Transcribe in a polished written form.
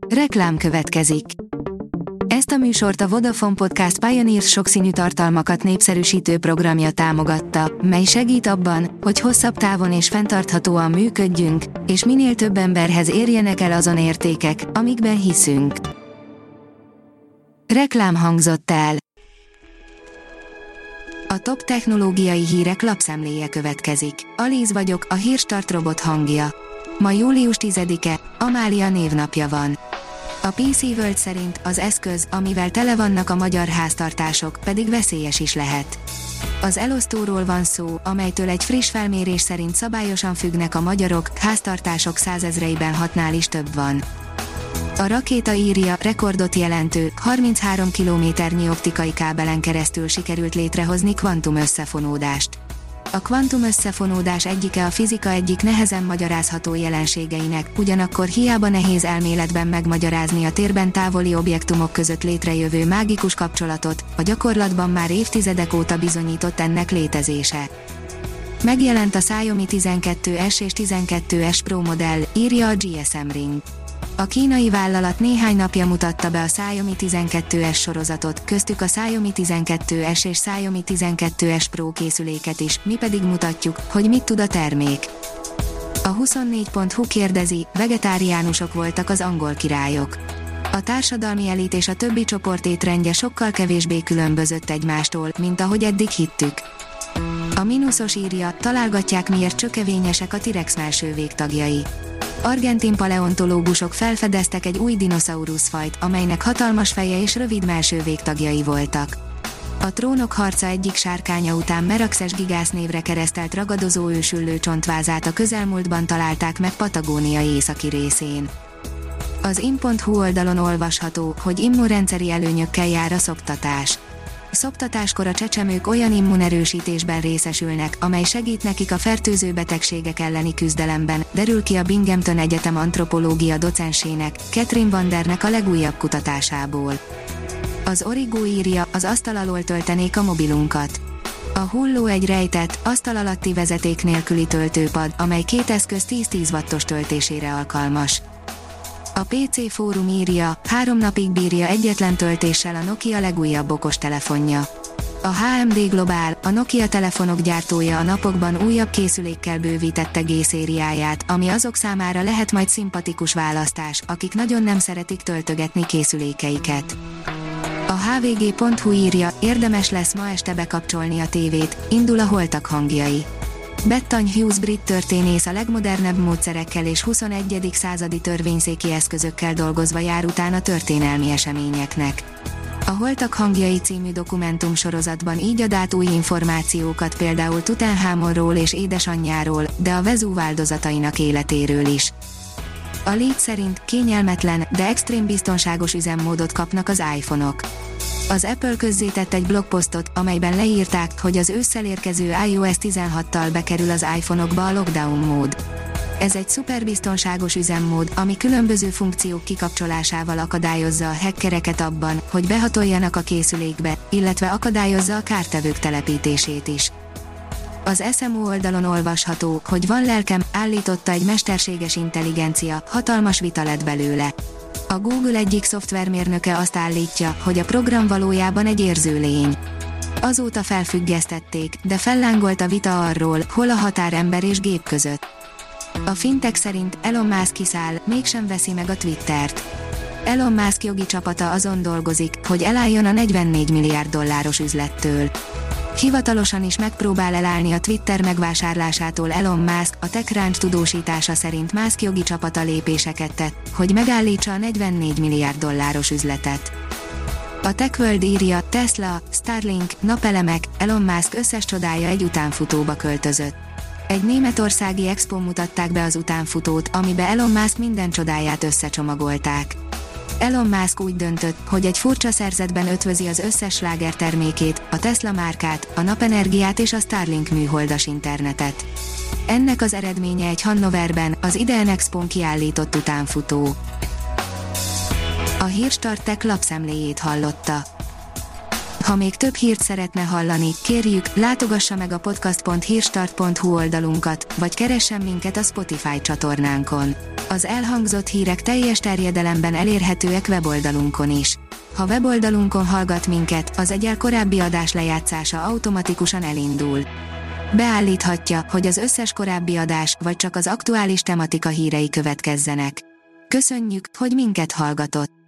Reklám következik. Ezt a műsort a Vodafone Podcast Pioneers sokszínű tartalmakat népszerűsítő programja támogatta, mely segít abban, hogy hosszabb távon és fenntarthatóan működjünk, és minél több emberhez érjenek el azon értékek, amikben hiszünk. Reklám hangzott el. A top technológiai hírek lapszemléje következik. Alíz vagyok, a Hírstart robot hangja. Ma július 10-e, Amália névnapja van. A PC World szerint az eszköz, amivel tele vannak a magyar háztartások, pedig veszélyes is lehet. Az elosztóról van szó, amelytől egy friss felmérés szerint szabályosan függnek a magyarok, háztartások százezreiben 6-nál is több van. A rakéta írja, rekordot jelentő, 33 kilométernyi optikai kábelen keresztül sikerült létrehozni kvantum összefonódást. A kvantum összefonódás egyike a fizika egyik nehezen magyarázható jelenségeinek, ugyanakkor hiába nehéz elméletben megmagyarázni a térben távoli objektumok között létrejövő mágikus kapcsolatot, a gyakorlatban már évtizedek óta bizonyított ennek létezése. Megjelent a Xiaomi 12S és 12S Pro modell, írja a GSM Ring. A kínai vállalat néhány napja mutatta be a Xiaomi 12S sorozatot, köztük a Xiaomi 12S és Xiaomi 12S Pro készüléket is, mi pedig mutatjuk, hogy mit tud a termék. A 24.hu kérdezi, vegetáriánusok voltak az angol királyok. A társadalmi elit és a többi csoport étrendje sokkal kevésbé különbözött egymástól, mint ahogy eddig hittük. A mínuszos írja, találgatják miért csökevényesek a T-rex melső végtagjai. Argentin paleontológusok felfedeztek egy új dinoszauruszfajt, amelynek hatalmas feje és rövid melső végtagjai voltak. A Trónok harca egyik sárkánya után Meraxes gigász névre keresztelt ragadozó ősüllő csontvázát a közelmúltban találták meg Patagónia északi részén. Az in.hu oldalon olvasható, hogy immunrendszeri előnyökkel jár a szoptatás. Szoptatáskor a csecsemők olyan immunerősítésben részesülnek, amely segít nekik a fertőző betegségek elleni küzdelemben, derül ki a Binghamton Egyetem antropológia docensének, Catherine Vandernek a legújabb kutatásából. Az Origo írja, az asztal alól töltenék a mobilunkat. A Hulló egy rejtett, asztal alatti vezeték nélküli töltőpad, amely két eszköz 10-10 wattos töltésére alkalmas. A PC Fórum írja, 3 napig bírja egyetlen töltéssel a Nokia legújabb okostelefonja. A HMD Global, a Nokia telefonok gyártója a napokban újabb készülékkel bővítette G-szériáját, ami azok számára lehet majd szimpatikus választás, akik nagyon nem szeretik töltögetni készülékeiket. A hvg.hu írja, érdemes lesz ma este bekapcsolni a tévét, indul a Holtak hangjai. Bethany Hughes brit történész a legmodernebb módszerekkel és 21. századi törvényszéki eszközökkel dolgozva jár utána történelmi eseményeknek. A Holtak hangjai című dokumentumsorozatban így ad át új információkat például Tutanchamonról és édesanyjáról, de a Vezúv áldozatainak életéről is. A Lead szerint kényelmetlen, de extrém biztonságos üzemmódot kapnak az iPhone-ok. Az Apple közzétett egy blogposztot, amelyben leírták, hogy az ősszel érkező iOS 16-tal bekerül az iPhone-okba a lockdown mód. Ez egy szuperbiztonságos üzemmód, ami különböző funkciók kikapcsolásával akadályozza a hackereket abban, hogy behatoljanak a készülékbe, illetve akadályozza a kártevők telepítését is. Az SMO oldalon olvasható, hogy van lelkem, állította egy mesterséges intelligencia, hatalmas vita lett belőle. A Google egyik szoftvermérnöke azt állítja, hogy a program valójában egy érző lény. Azóta felfüggesztették, de fellángolt a vita arról, hol a határ ember és gép között. A fintech szerint Elon Musk kiszáll, mégsem veszi meg a Twittert. Elon Musk jogi csapata azon dolgozik, hogy elálljon a $44 milliárd üzlettől. Hivatalosan is megpróbál elállni a Twitter megvásárlásától Elon Musk, a TechCrunch tudósítása szerint Musk jogi csapata lépéseket tett, hogy megállítsa a $44 milliárd üzletet. A TechWorld írja, Tesla, Starlink, napelemek, Elon Musk összes csodája egy utánfutóba költözött. Egy németországi expón mutatták be az utánfutót, amibe Elon Musk minden csodáját összecsomagolták. Elon Musk úgy döntött, hogy egy furcsa szerzetben ötvözi az összes sláger termékét, a Tesla márkát, a napenergiát és a Starlink műholdas internetet. Ennek az eredménye egy Hannoverben, az Ideen Expón kiállított utánfutó. A Hírstart Tech lapszemléjét hallotta. Ha még több hírt szeretne hallani, kérjük, látogassa meg a podcast.hírstart.hu oldalunkat, vagy keressen minket a Spotify csatornánkon. Az elhangzott hírek teljes terjedelemben elérhetőek weboldalunkon is. Ha weboldalunkon hallgat minket, az egyel korábbi adás lejátszása automatikusan elindul. Beállíthatja, hogy az összes korábbi adás, vagy csak az aktuális tematika hírei következzenek. Köszönjük, hogy minket hallgatott!